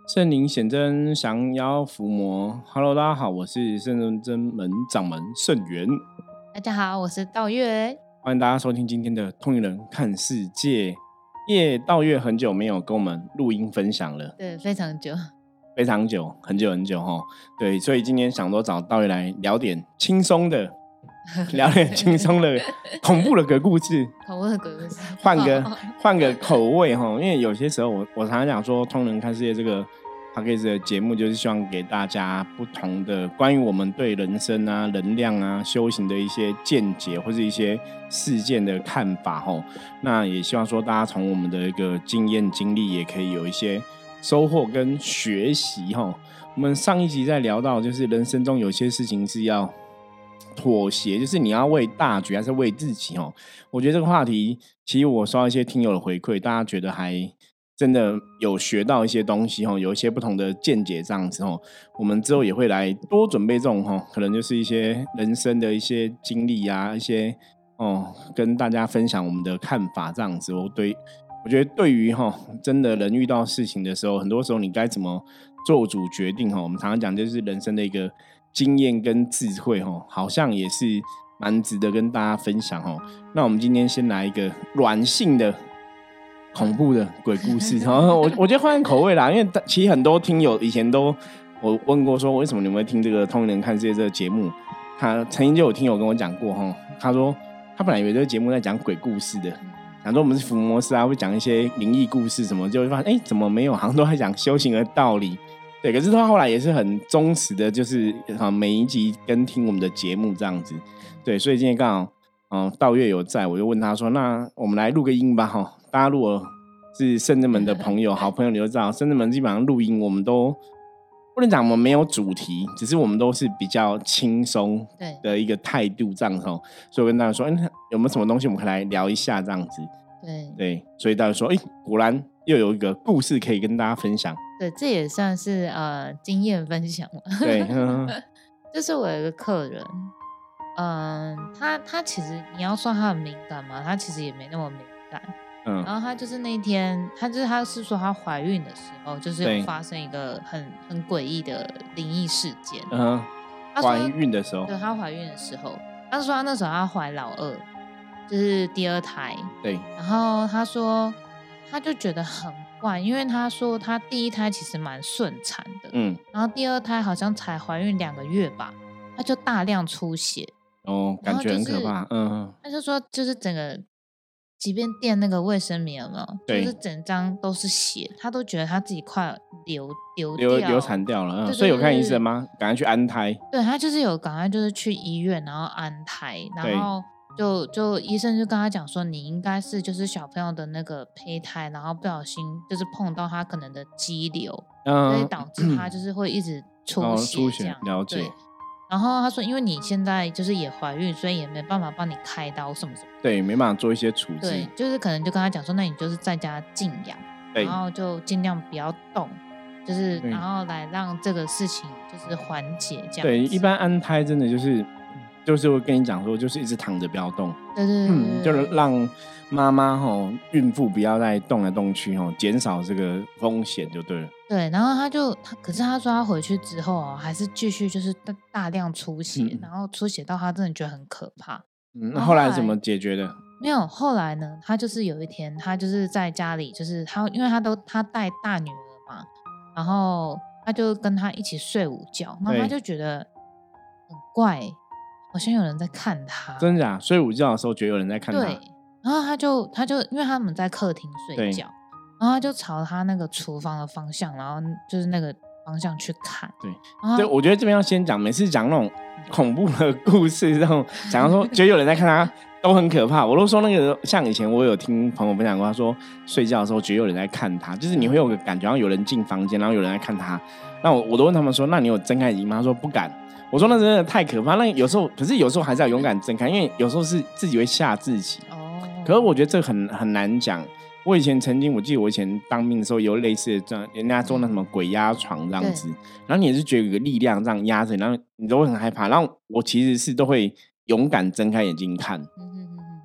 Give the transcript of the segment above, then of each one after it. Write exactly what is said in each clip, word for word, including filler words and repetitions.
圣灵显真，降妖伏魔。Hello，大家好，我是圣真门掌门圣元。 大家好，我是道月。 欢迎大家收听今天的通灵人看世界。耶，道月很久没有跟我们录音分享了， 对，非常久， 非常久，很久很久齁。对，所以今天想多找道月来聊点轻松的，聊点轻松的恐怖的鬼故事， 恐怖的鬼故事， 换个换个口味齁。因为有些时候我我常常讲说，通灵人看世界这个 Podcast 的节目，就是希望给大家不同的关于我们对人生啊、能量啊、修行的一些见解，或是一些事件的看法齁。那也希望说大家从我们的一个经验经历，也可以有一些收获跟学习齁。我们上一集在聊到，就是人生中有些事情是要妥协，就是你要为大局还是为自己齁。我觉得这个话题，其实我收到一些听友的回馈，大家觉得还真的有学到一些东西齁，有一些不同的见解这样子齁。我们之后也会来多准备这种齁，可能就是一些人生的一些经历啊，一些哦跟大家分享我们的看法这样子。我对我觉得对于齁真的人遇到事情的时候，很多时候你该怎么做主决定齁，我们常常讲就是人生的一个经验跟智慧齁，好像也是蛮值得跟大家分享齁。那我们今天先来一个软性的恐怖的鬼故事，我我觉得换口味啦，因为其实很多听友以前都我问过说，为什么你们会听这个《通灵人看世界》这个节目？他曾经就有听友跟我讲过哈，他说他本来以为这个节目在讲鬼故事的，想说我们是伏魔师啊，会讲一些灵异故事什么，就会发现哎，怎么没有？好像都在讲修行的道理。对，可是他后来也是很忠实的，就是每一集跟听我们的节目这样子。对，所以今天刚好。哦，道月有在，我就问他说：“那我们来录个音吧，哈！大家如果是圣真门的朋友、好朋友，你就知道，圣真门基本上录音，我们都不能讲我们没有主题，只是我们都是比较轻松的一个态度这样子。所以我跟大家说，哎，有没有什么东西我们可以来聊一下这样子？ 对对，所以大家说，哎，果然又有一个故事可以跟大家分享。 对，这也算是呃经验分享嘛。 对，嗯、 就是我有一个客人。”嗯，他他其实你要说他很敏感嘛，他其实也没那么敏感。嗯，然后他就是那天，他就是他是说他怀孕的时候，就是有发生一个很很诡异的灵异事件。 嗯，怀孕的时候， 对，他怀孕的时候，他说他那时候他怀老二，就是第二胎。 对， 然后他说他就觉得很怪，因为他说他第一胎其实蛮顺产的，嗯，然后第二胎好像才怀孕两个月吧，他就大量出血。 哦，感觉很可怕，就是、嗯， 他就说，就是整个，即便垫那个卫生棉有没有，就是整张都是血，他都觉得他自己快流流流流产掉了，嗯，对对对对，所以有看医生吗？赶快去安胎。 对，他就是有赶快就是去医院，然后安胎，然后就就医生就跟他讲说，你应该是就是小朋友的那个胚胎，然后不小心就是碰到他可能的肌瘤，嗯、所以导致他就是会一直出血这样， 哦、出血了解。 然后他说，因为你现在就是也怀孕，所以也没办法帮你开刀什么什么。 对，没办法做一些处置。 对，就是可能就跟他讲说，那你就是在家静养，然后就尽量不要动，就是然后来让这个事情就是缓解这样。 对，一般安胎真的就是就是会跟你讲说，就是一直躺着不要动。 对对 对, 对, 对、 嗯，就是让妈妈吼孕妇不要再动来动去吼，减少这个风险就对了。 对，然后他就他，可是他说他回去之后啊，还是继续就是大大量出血，嗯、然后出血到他真的觉得很可怕。 嗯，那后来怎么解决的？ 没有，后来呢，他就是有一天，他就是在家里，就是他，因为他都他带大女儿嘛，然后他就跟他一起睡午觉，然后他就觉得很怪，好像有人在看他。 真的假？睡午觉的时候觉得有人在看他。 对，然后他就他就因为他们在客厅睡觉。然后他就朝他那个厨房的方向，然后就是那个方向去看。 对，对，我觉得这边要先讲，每次讲那种恐怖的故事，这种讲到说觉得有人在看他，都很可怕。我都说那个，像以前我有听朋友分享过，他说睡觉的时候觉得有人在看他，就是你会有个感觉，然后有人进房间，然后有人在看他。那我我都问他们说，那你有睁开眼睛吗？他说不敢。我说那真的太可怕。那有时候，可是有时候还是要勇敢睁开，因为有时候是自己会吓自己。哦。可是我觉得这很很难讲。我以前曾经，我记得我以前当兵的时候，有类似的这样，人家做那什么鬼压床这样子，然后你也是觉得有个力量这样压着，然后你都会很害怕。然后我其实是都会勇敢睁开眼睛看，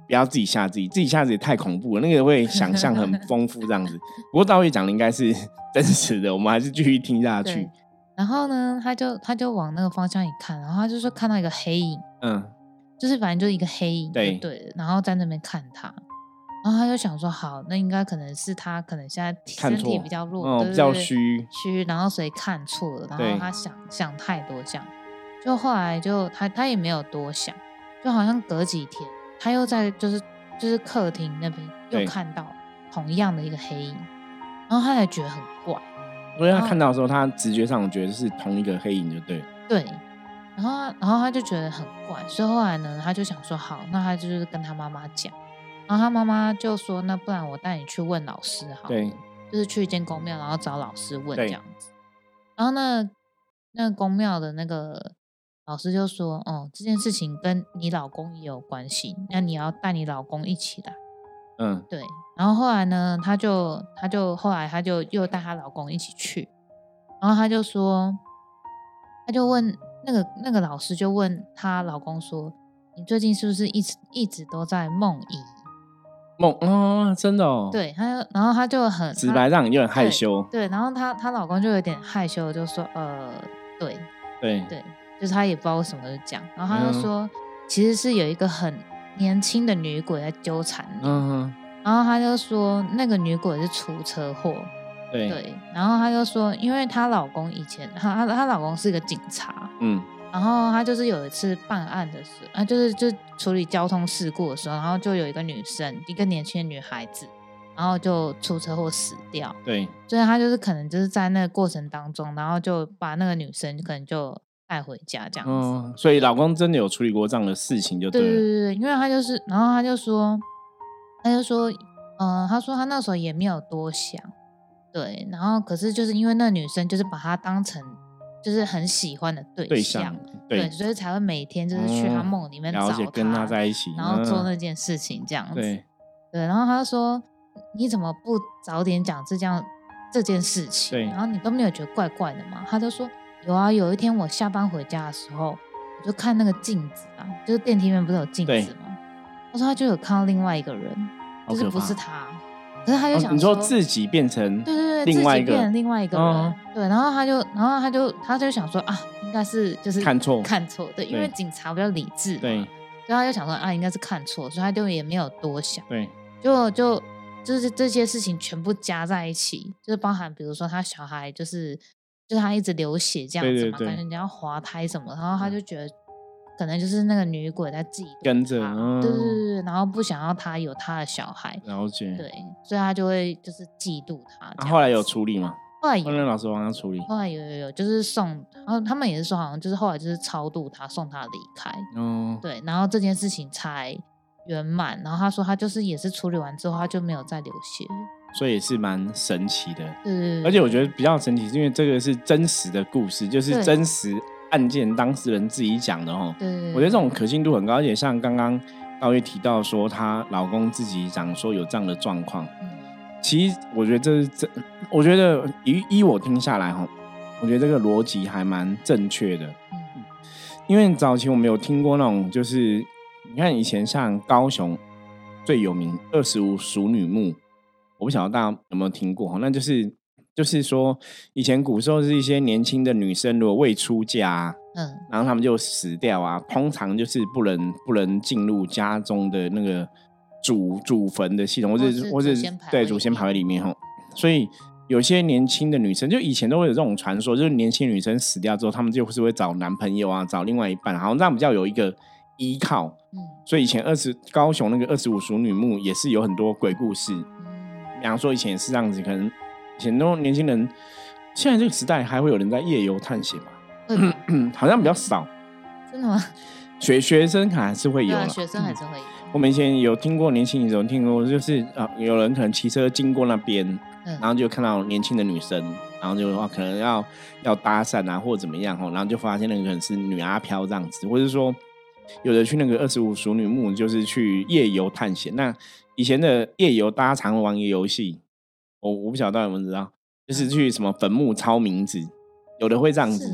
不要自己吓自己，自己吓自己太恐怖了，那个会想象很丰富这样子。不过道爷讲的应该是真实的，我们还是继续听下去。 然后呢，他就他就往那个方向一看，然后他就说看到一个黑影，嗯，就是反正就一个黑影，对对，然后在那边看他，然后他就想说，好，那应该可能是他可能现在身体比较弱， 哦、 对对对， 比较虚虚，然后所以看错了，然后他想想太多这样，就后来就他他也没有多想，就好像隔几天，他又在就是就是客厅那边又看到同样的一个黑影，然后他才觉得很怪。 所以他看到的时候，他直觉上觉得是同一个黑影，就对。 对，然后然后他就觉得很怪，所以后来呢，他就想说，好，那他就是跟他妈妈讲，然后他妈妈就说，那不然我带你去问老师好了，对，就是去一间公庙，然后找老师问这样子。然后那那个公庙的那个老师就说，哦，这件事情跟你老公也有关系，那你要带你老公一起来。嗯，对。然后后来呢，他就他就后来他就又带她老公一起去，然后他就说，他就问那个那个老师就问她老公说，你最近是不是一直一直都在梦遗？ 梦哦，真的哦。 对，他然后他就很直白，让你就很害羞。 对，对然后她她老公就有点害羞，就说呃，对对对，就是他也不知道为什么就讲，然后他就说，嗯、其实是有一个很年轻的女鬼在纠缠你。嗯然后他就说，那个女鬼是出车祸，对对。然后他就说，因为她老公以前，她她老公是一个警察，嗯。然后他就是有一次办案的时候，啊，就是就处理交通事故的时候，然后就有一个女生，一个年轻的女孩子，然后就出车祸死掉，对。所以他就是可能就是在那个过程当中，然后就把那个女生可能就带回家这样子。嗯， 所以老公真的有处理过这样的事情，就对了。 对对对对，因为他就是，然后他就说。他就说，嗯、呃，他说他那时候也没有多想，对，然后可是就是因为那女生就是把他当成就是很喜欢的对象，对象 对, 对，所以才会每天就是去他梦里面找他， 了解跟他在一起， 然后做那件事情这样子， 对， 对，然后他就说你怎么不早点讲这样这件事情？对，然后你都没有觉得怪怪的吗？他就说有啊，有一天我下班回家的时候，我就看那个镜子啊，就是电梯里面不是有镜子吗？他说他就有看到另外一个人，就是不是他，可是他就想说、哦、 你说自己变成对对对， 另外一个自己变成另外一个人，哦、对，然后他就然后他就他就想说啊，应该是就是看错看错，对，因为警察比较理智嘛，对，所以他就想说啊，应该是看错，所以他就也没有多想，对，就就就是这些事情全部加在一起，就是包含比如说他小孩就是就是他一直流血这样子嘛，对对对感觉你要滑胎什么，然后他就觉得。可能就是那个女鬼在自己跟着，嗯、 对对对，然后不想要他有他的小孩， 了解， 对，所以他就会就是嫉妒他。 啊、后来有处理吗？ 后来有， 后来老师帮他处理。 后来有有有，就是送，然后他们也是说，好像就是后来就是超度他，送他离开。哦，对，然后这件事情才圆满。然后他说他就是也是处理完之后，他就没有再流血， 所以也是蛮神奇的。 对对对， 而且我觉得比较神奇，是因为这个是真实的故事，就是真实。案件当事人自己讲的齁，我觉得这种可信度很高，而且像刚刚道月提到说，她老公自己讲说有这样的状况，嗯、其实我觉得这是这，我觉得依依我听下来齁，我觉得这个逻辑还蛮正确的，嗯、因为早期我们有听过那种，就是你看以前像高雄最有名二十五淑女墓，我不晓得大家有没有听过，那就是。就是说，以前古时候是一些年轻的女生，如果未出嫁，嗯，然后她们就死掉啊，通常就是不能不能进入家中的那个祖祖坟的系统，或者或者对祖先牌位里面吼。所以有些年轻的女生，就以前都会有这种传说，就是年轻女生死掉之后，她们就是会找男朋友啊，找另外一半，好像这样比较有一个依靠。嗯，所以以前二十高雄那个二十五淑女墓也是有很多鬼故事，嗯，比方说以前也是这样子，可能。以前都年轻人，现在这个时代还会有人在夜游探险吗？嗯，好像比较少。 真的吗？ 学学生还是会有啦， 学生还是会有。 我们以前有听过年轻人有听过，就是啊，有人可能骑车经过那边，嗯、然后就看到年轻的女生，然后就啊可能要要搭讪啊或者怎么样，然后就发现那个可能是女阿飘这样子，或者说有的去那个二十五淑女墓，就是去夜游探险。那以前的夜游，大家常玩一个游戏。我我不晓得大家有没有知道，就是去什么坟墓抄名字，有的会这样子，哦、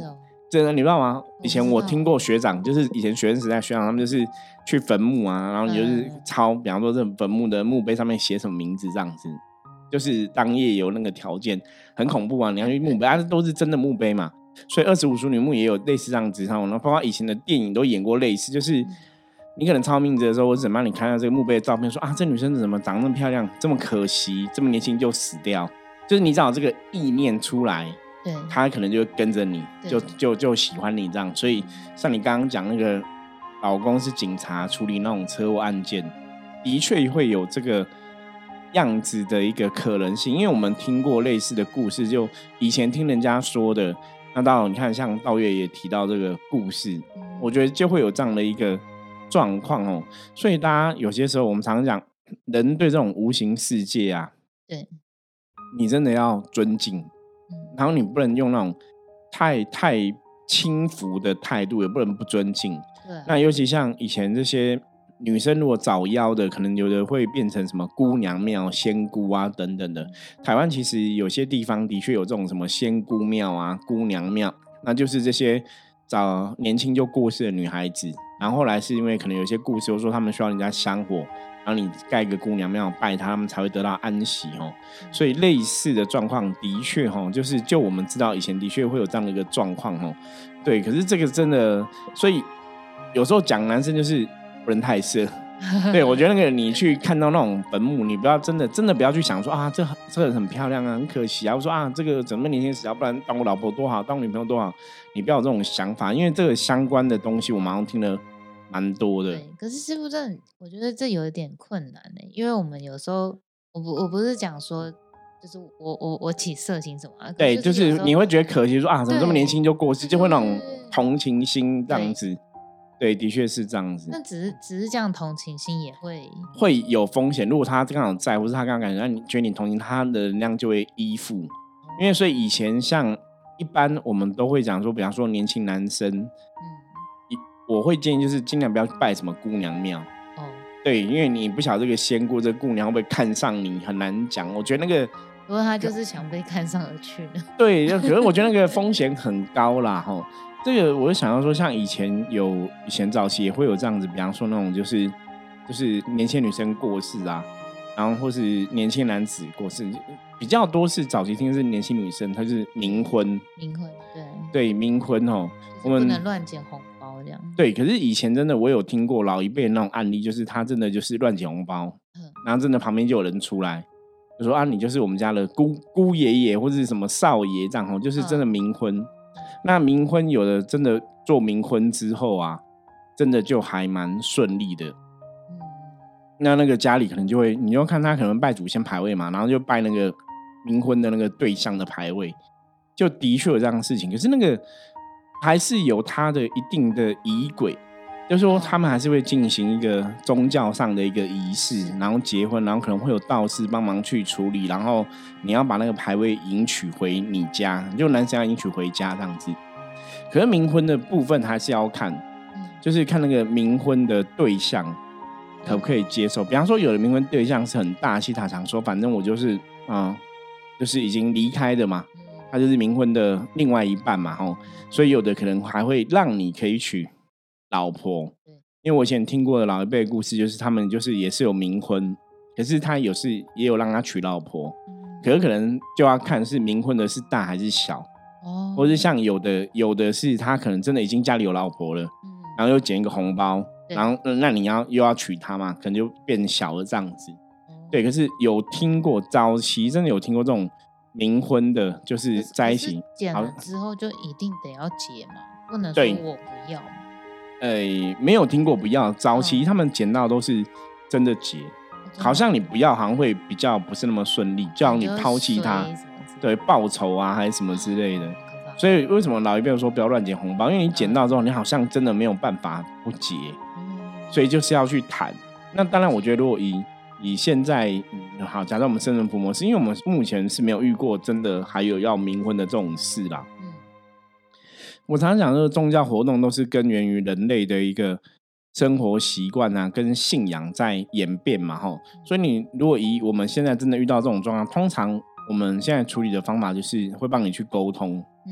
真的你知道吗？以前我听过学长，就是以前学生时代学长，他们就是去坟墓啊，然后你就是抄，嗯、比方说这坟墓的墓碑上面写什么名字这样子，就是当夜有那个条件，很恐怖啊！你要去墓碑，啊，都是真的墓碑嘛，所以二十五淑女墓也有类似这样子，然后包括以前的电影都演过类似，就是你可能抄名字的时候，或者怎么样，你看到这个墓碑的照片，说啊，这女生怎么长那么漂亮，这么可惜，这么年轻就死掉，就是你只要这个意念出来。 对， 他可能就会跟着你，就就就喜欢你这样，所以像你刚刚讲那个老公是警察处理那种车祸案件，的确会有这个样子的一个可能性，因为我们听过类似的故事，就以前听人家说的，那到你看像道月也提到这个故事，我觉得就会有这样的一个状况哦，所以大家有些时候我们常常讲，人对这种无形世界啊， 对， 你真的要尊敬。然后你不能用那种太太轻浮的态度，也不能不尊敬。 对、啊， 那尤其像以前这些女生，如果早夭的，可能有的会变成什么姑娘庙、仙姑啊等等的。台湾其实有些地方的确有这种什么仙姑庙啊、姑娘庙，那就是这些早年轻就过世的女孩子。然后后来是因为可能有些故事，说他们需要人家香火。然后你盖个姑娘庙拜他，他们才会得到安息哦。所以类似的状况的确哦，就是就我们知道以前的确会有这样的一个状况哦。对，可是这个真的，所以有时候讲男生就是不能太色。对，我觉得那个你去看到那种坟墓，你不要真的真的不要去想说啊，这这个很漂亮啊，很可惜啊。我说啊，这个怎么年轻死，要不然当我老婆多好，当我女朋友多好。你不要有这种想法，因为这个相关的东西我马上听了。蛮多的， 对，可是师父这，我觉得这有一点困难呢、欸，因为我们有时候，我不我不是讲说，就是我我我起色心什么、啊， 对，就是是你会觉得可惜，说啊，怎么这么年轻就过世，就会那种同情心这样子，对，的确是这样子。 那只是只是这样同情心也会会有风险，如果他刚好在，或是他刚刚感觉，那你觉得你同情他的能量就会依附，因为所以以前像一般我们都会讲说，比方说年轻男生，嗯。我会建议就是尽量不要拜什么姑娘庙，哦，对，因为你不晓得这个仙姑这姑娘会不会看上你，很难讲。我觉得那个， 不过他就是想被看上而去的。 对，可是我觉得那个风险很高啦，哈。这个我就想到说，像以前有以前早期也会有这样子，比方说那种就是就是年轻女生过世啊，然后或是年轻男子过世，比较多是早期听是年轻女生，她是冥婚， 冥婚，对对，冥婚哦， 我们不能乱捡红。 对，可是以前真的我有听过老一辈的那种案例，就是他真的就是乱捡红包，嗯、然后真的旁边就有人出来就说啊，你就是我们家的姑姑爷爷或者是什么少爷这样，就是真的冥婚。嗯、那冥婚有的真的做冥婚之后啊，真的就还蛮顺利的。嗯、那那个家里可能就会，你就看他可能拜祖先牌位嘛，然后就拜那个冥婚的那个对象的牌位，就的确有这样的事情。可是那个。还是有他的一定的仪轨，就是说他们还是会进行一个宗教上的一个仪式，然后结婚，然后可能会有道士帮忙去处理，然后你要把那个牌位迎娶回你家，就男生要迎娶回家这样子。可是冥婚的部分还是要看，就是看那个冥婚的对象可不可以接受。比方说，有的冥婚对象是很大气，他想说，反正我就是啊、嗯，就是已经离开的嘛。他就是冥婚的另外一半嘛，吼，所以有的可能还会让你可以娶老婆，因为我以前听过的老一辈的故事，就是他们就是也是有冥婚，可是他有是也有让他娶老婆，可是可能就要看是冥婚的是大还是小，哦，或是像有的有的是他可能真的已经家里有老婆了，嗯、然后又捡一个红包，然后、呃、那你要又要娶她嘛，可能就变小了这样子，哦、对，可是有听过早期真的有听过这种。冥婚的就是在一起剪了之后就一定得要结嘛，不能说我不要嘛。 呃，没有听过不要，早期他们捡到都是真的结，嗯、好像你不要好像会比较不是那么顺利，就好像你抛弃他，对，报仇啊还是什么之类的。所以为什么老一辈说不要乱捡红包？因为你捡到之后，你好像真的没有办法不结，嗯、所以就是要去谈。那当然，我觉得如果以以现在、嗯、好，假设我们圣人普摩斯，因为我们目前是没有遇过真的还有要冥婚的这种事啦。嗯、我常常讲，这个宗教活动都是根源于人类的一个生活习惯啊，跟信仰在演变嘛，吼。所以你如果以我们现在真的遇到这种状况，通常我们现在处理的方法就是会帮你去沟通，嗯、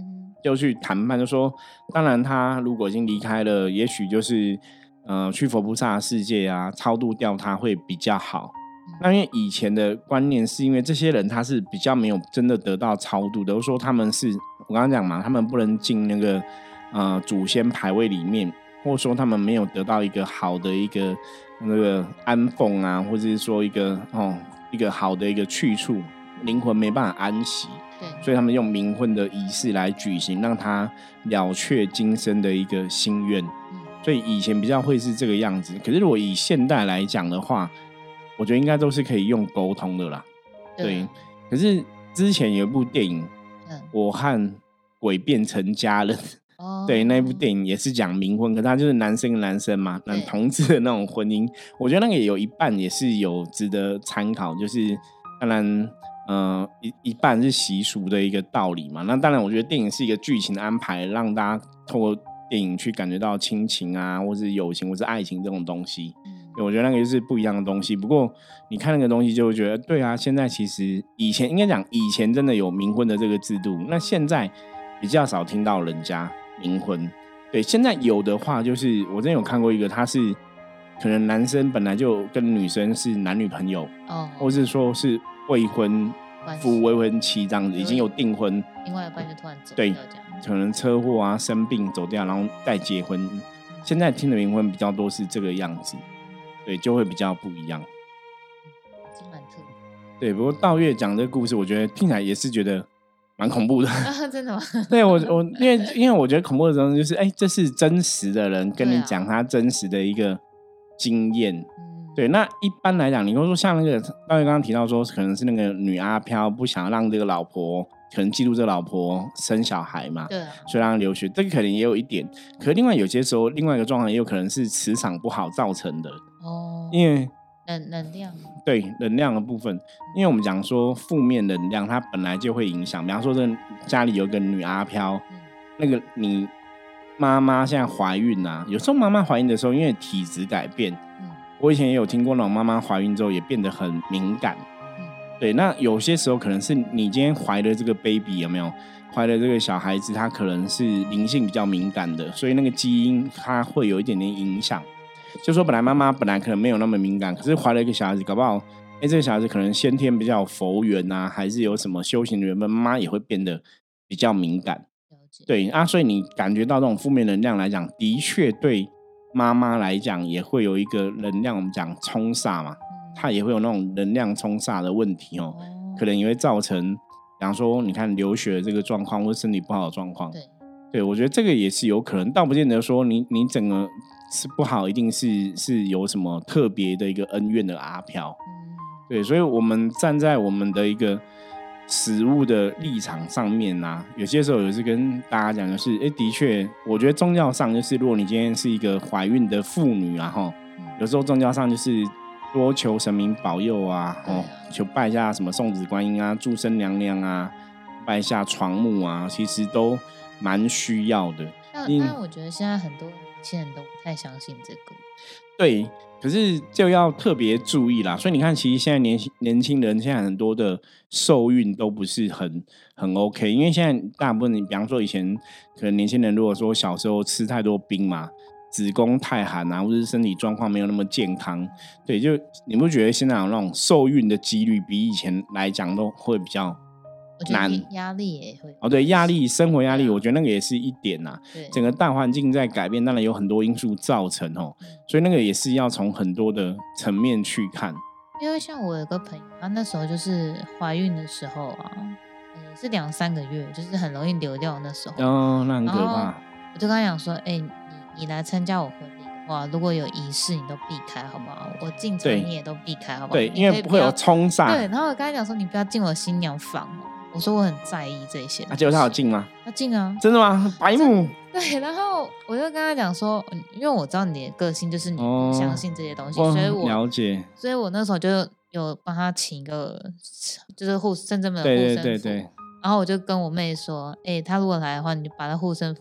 就去谈判，就说当然他如果已经离开了，也许就是呃去佛菩萨的世界啊，超度掉他会比较好。那因为以前的观念是因为这些人他是比较没有真的得到超度的，都说他们是我刚刚讲嘛，他们不能进那个呃祖先牌位里面，或者说他们没有得到一个好的一个那个安奉啊，或者是说一个哦一个好的一个去处，灵魂没办法安息，所以他们用冥婚的仪式来举行，让他了却今生的一个心愿。所以以前比较会是这个样子，可是如果以现代来讲的话，我觉得应该都是可以用沟通的啦。对，对，可是之前有一部电影，嗯、我和鬼变成家人。哦、对，那部电影也是讲冥婚，可是他就是男生跟男生嘛，男同志的那种婚姻，我觉得那个也有一半也是有值得参考，就是当然，呃，一一半是习俗的一个道理嘛。那当然，我觉得电影是一个剧情的安排，让大家透过电影去感觉到亲情啊，或是友情，或是爱情这种东西。我觉得那个就是不一样的东西。不过你看那个东西就会觉得对啊，现在其实以前应该讲以前真的有冥婚的这个制度，那现在比较少听到人家冥婚。对，现在有的话就是我之前有看过一个，他是可能男生本来就跟女生是男女朋友，哦，或是说是未婚夫未婚妻这样子，已经有订婚， 另外一半就突然走掉这样， 对，可能车祸啊生病走掉，然后再结婚。现在听的冥婚比较多是这个样子。对，就会比较不一样。 嗯，蛮特别。 对，不过道月讲这个故事，我觉得听起来也是觉得蛮恐怖的。 啊、真的吗？ 对，我我因为因为我觉得恐怖的东西就是，哎，这是真实的人跟你讲他真实的一个经验。嗯，对。那一般来讲，你会说像那个道月刚刚提到说，可能是那个女阿飘不想让这个老婆，可能嫉妒这个老婆生小孩嘛， 对、啊， 所以让她流血，这个可能也有一点。可是另外有些时候，另外一个状况也有可能是磁场不好造成的。哦，因为能能量， 对能量的部分，因为我们讲说负面能量它本来就会影响，比方说这个家里有个女阿飘，嗯、那个你妈妈现在怀孕啊，有时候妈妈怀孕的时候，因为体质改变，嗯、我以前也有听过那种妈妈怀孕之后也变得很敏感，嗯、对，那有些时候可能是你今天怀的这个 baby 有没有？怀的这个小孩子他可能是灵性比较敏感的，所以那个基因它会有一点点影响。就说本来妈妈本来可能没有那么敏感，可是怀了一个小孩子，搞不好，哎，这个小孩子可能先天比较有佛缘啊，还是有什么修行的缘分，妈妈也会变得比较敏感。对啊，所以你感觉到这种负面能量来讲，的确对妈妈来讲也会有一个能量，我们讲冲煞嘛，它也会有那种能量冲煞的问题哦，可能也会造成，比方说你看流血的这个状况，或身体不好的状况。对，对我觉得这个也是有可能，倒不见得说你你整个是不好，一定是是有什么特别的一个恩怨的阿飘。嗯，对，所以我们站在我们的一个实务的立场上面啊，有些时候也是跟大家讲的是，哎，的确，我觉得宗教上就是，如果你今天是一个怀孕的妇女啊，哈，有时候宗教上就是多求神明保佑啊，哦，求拜一下什么送子观音啊、祝生娘娘啊，拜一下床木啊，其实都蛮需要的。 但但我觉得现在很多年轻人都不太相信这个。 对，可是就要特别注意啦。所以你看，其实现在年年轻人现在很多的受孕都不是很很 OK， 因为现在大部分，你比方说以前可能年轻人如果说小时候吃太多冰嘛，子宫太寒啊，或者是身体状况没有那么健康，对，就你不觉得现在有那种受孕的几率比以前来讲都会比较难， 压力也会哦，对，压力，生活压力，我觉得那个也是一点呐、啊。整个大环境在改变，当然有很多因素造成哦，所以那个也是要从很多的层面去看。 因为像我有个朋友，她那时候就是怀孕的时候啊，也是两三个月，就是很容易流掉那时候。 哦，那很可怕。 我就跟他讲说，哎、欸，你你来参加我婚礼的话，如果有仪式你都避开好不好？我进场你也都避开好不好？ 对，因为不会有冲煞。 对，然后我跟他讲说，你不要进我新娘房哦。我说我很在意这些， 啊，结果他有进吗？ 他进啊， 真的吗？白目。 对，然后我就跟他讲说，因为我知道你的个性就是你不相信这些东西，哦、所以我了解， 所以我那时候就有帮他请一个就是护圣真门的护身符，对对对对。然后我就跟我妹说，哎、欸，他如果来的话，你就把他护身符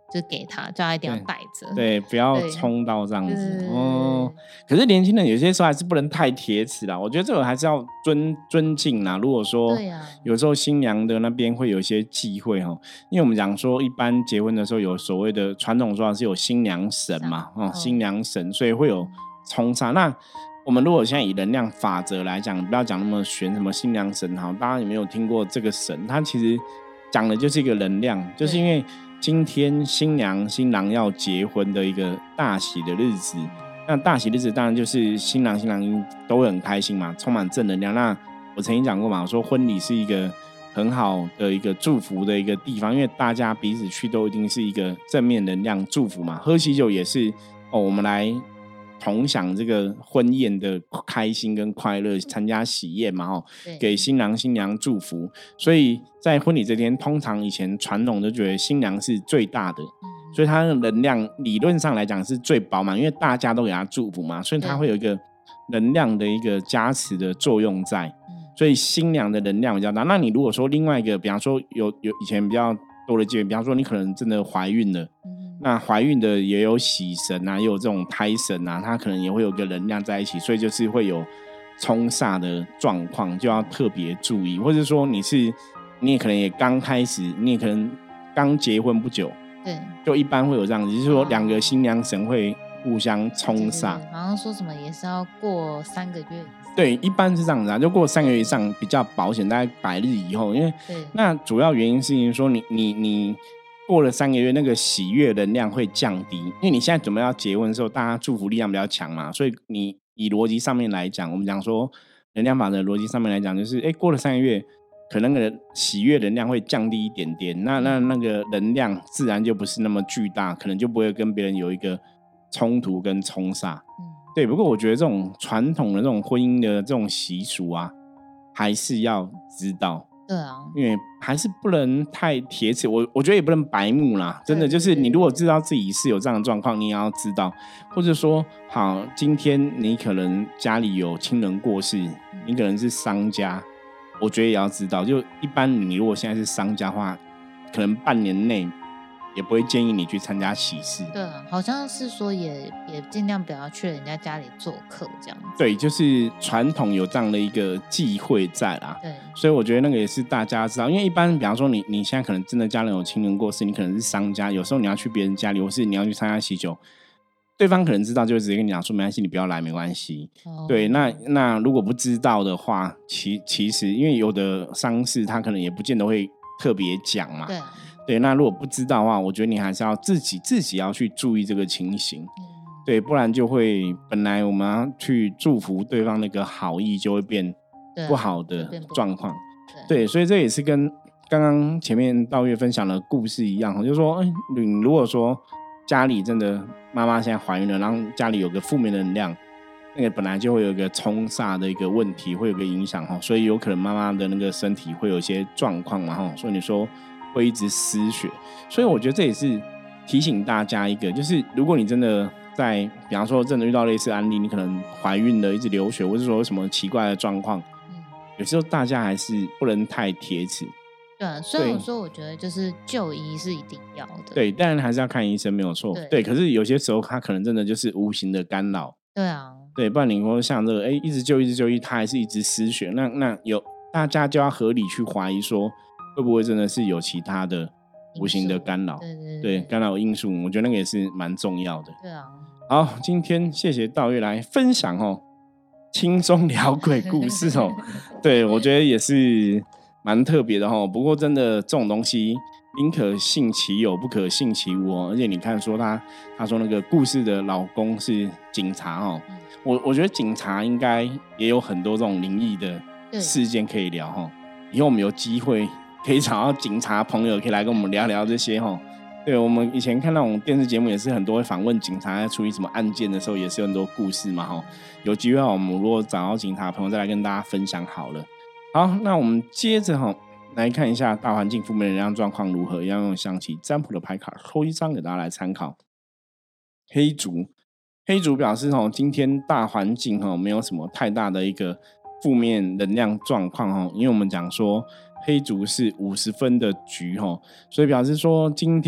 就给他，叫他一定要带着， 对，不要冲到这样子哦。可是年轻人有些时候还是不能太铁齿啦，我觉得这个还是要尊尊敬啦。如果说有时候新娘的那边会有一些忌讳哈，因为我们讲说一般结婚的时候有所谓的传统说法是有新娘神嘛，哦，新娘神，所以会有冲煞。那我们如果现在以能量法则来讲，不要讲那么玄，什么新娘神哈，大家有没有听过这个神？它其实讲的就是一个能量，就是因为今天新娘新郎要结婚的一个大喜的日子，那大喜日子当然就是新郎新郎都会很开心嘛，充满正能量。那我曾经讲过嘛，我说婚礼是一个很好的一个祝福的一个地方，因为大家彼此去都一定是一个正面能量祝福嘛。喝喜酒也是哦，我们来同享这个婚宴的开心跟快乐，参加喜宴嘛，哦，给新郎新娘祝福。所以在婚礼这天，通常以前传统都觉得新娘是最大的，嗯、所以她的能量理论上来讲是最饱满，因为大家都给她祝福嘛，所以她会有一个能量的一个加持的作用在。所以新娘的能量比较大。那你如果说另外一个，比方说有有以前比较多的机会，比方说你可能真的怀孕了。嗯，那怀孕的也有喜神啊，也有这种胎神啊，它可能也会有个能量在一起，所以就是会有冲煞的状况，就要特别注意。或者说你是你也可能也刚开始，你也可能刚结婚不久，对，就一般会有这样子，就是说两个新娘神会互相冲煞， 对对对，好像说什么也是要过三个月以上， 对，一般是这样子啊，就过三个月以上比较保险，大概百日以后，因为那主要原因是因为说你你你过了三个月，那个喜悦能量会降低，因为你现在准备要结婚的时候，大家祝福力量比较强嘛，所以你以逻辑上面来讲，我们讲说能量法的逻辑上面来讲，就是哎，过了三个月，可能那个喜悦能量会降低一点点，那那那个能量自然就不是那么巨大，可能就不会跟别人有一个冲突跟冲煞。嗯，对。不过我觉得这种传统的这种婚姻的这种习俗啊，还是要知道。 对啊， 因为还是不能太铁齿，我我觉得也不能白目啦，真的就是你如果知道自己是有这样的状况，你也要知道，或者说好，今天你可能家里有亲人过世，你可能是商家，我觉得也要知道，就一般你如果现在是商家的话，可能半年内也不会建议你去参加喜事。 对啊，好像是说也也尽量不要去人家家里做客这样子。 对，就是传统有这样的一个忌讳在啦。对，所以我觉得那个也是大家知道，因为一般比方说你你现在可能真的家人有亲人过世，你可能是商家，有时候你要去别人家里，或是你要去参加喜酒，对方可能知道就会直接跟你讲说没关系，你不要来没关系。哦、对，那那如果不知道的话，其其实因为有的丧事他可能也不见得会特别讲嘛。对。对，那如果不知道的话，我觉得你还是要自己自己要去注意这个情形，嗯、对，不然就会本来我们要去祝福对方那个好意，就会变不好的状况。对，所以这也是跟刚刚前面道月分享的故事一样，就是说，哎，你如果说家里真的妈妈现在怀孕了，然后家里有个负面的能量，那个本来就会有一个冲煞的一个问题，会有个影响哈，所以有可能妈妈的那个身体会有一些状况嘛哈，所以你说。会一直失血，所以我觉得这也是提醒大家一个，就是如果你真的在，比方说真的遇到类似案例，你可能怀孕了一直流血，或者说有什么奇怪的状况，嗯，有时候大家还是不能太铁齿。 对啊，所以我说我觉得就是就医是一定要的。 对，当然还是要看医生没有错。对，对，可是有些时候他可能真的就是无形的干扰。 对啊， 对，不然你说像这个，哎，一直就医一直就医，他还是一直失血，那那有大家就要合理去怀疑说。会不会真的是有其他的无形的干扰？对对 对, 对，干扰因素，我觉得那个也是蛮重要的。 对啊。 好，今天谢谢道月来分享哦，轻松聊鬼故事哦。对，我觉得也是蛮特别的哦。不过真的这种东西，宁可信其有，不可信其无哦。而且你看说他，他说那个故事的老公是警察哦。嗯、我我觉得警察应该也有很多这种灵异的事件可以聊哦。以后我们有机会。可以找到警察朋友，可以来跟我们聊聊这些齁。对，我们以前看那种电视节目，也是很多会访问警察在处理什么案件的时候，也是有很多故事嘛齁。有机会我们如果找到警察朋友，再来跟大家分享好了。好，那我们接着齁来看一下大环境负面能量状况如何，要用象棋占卜的牌卡抽一张给大家来参考。黑竹，黑竹表示齁，今天大环境齁没有什么太大的一个负面能量状况齁，因为我们讲说。黑竹是五十分的局，所以表示说今天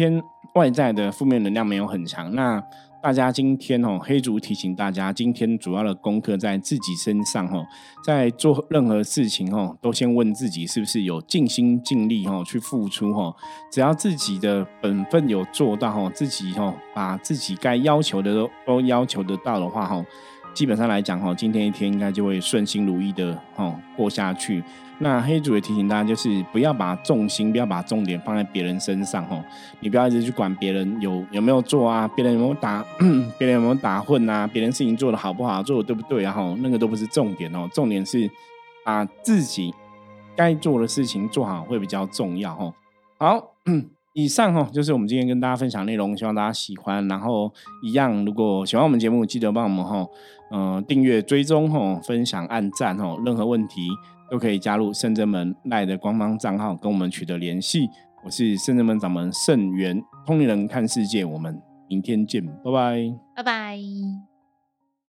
外在的负面能量没有很强。那大家今天哦，黑竹提醒大家，今天主要的功课在自己身上哦，在做任何事情哦，都先问自己是不是有尽心尽力哦去付出哦。只要自己的本分有做到哦，自己哦把自己该要求的 都, 都要求得到的话哦，基本上来讲哦，今天一天应该就会顺心如意的哦过下去。那黑主也提醒大家，就是不要把重心、不要把重点放在别人身上哦。你不要一直去管别人有有没有做啊，别人有没有打，别人有没有打混啊，别人事情做得好不好，做得对不对啊？吼，那个都不是重点哦。重点是把自己该做的事情做好会比较重要哦。好，以上哦就是我们今天跟大家分享内容，希望大家喜欢。然后一样，如果喜欢我们节目，记得帮我们吼，呃，订阅、追踪吼，分享、按赞吼，任何问题都可以加入圣真门 LINE 的官方账号跟我们取得联系。我是圣真门掌门圣元，通灵人看世界，我们明天见，拜拜， 拜拜。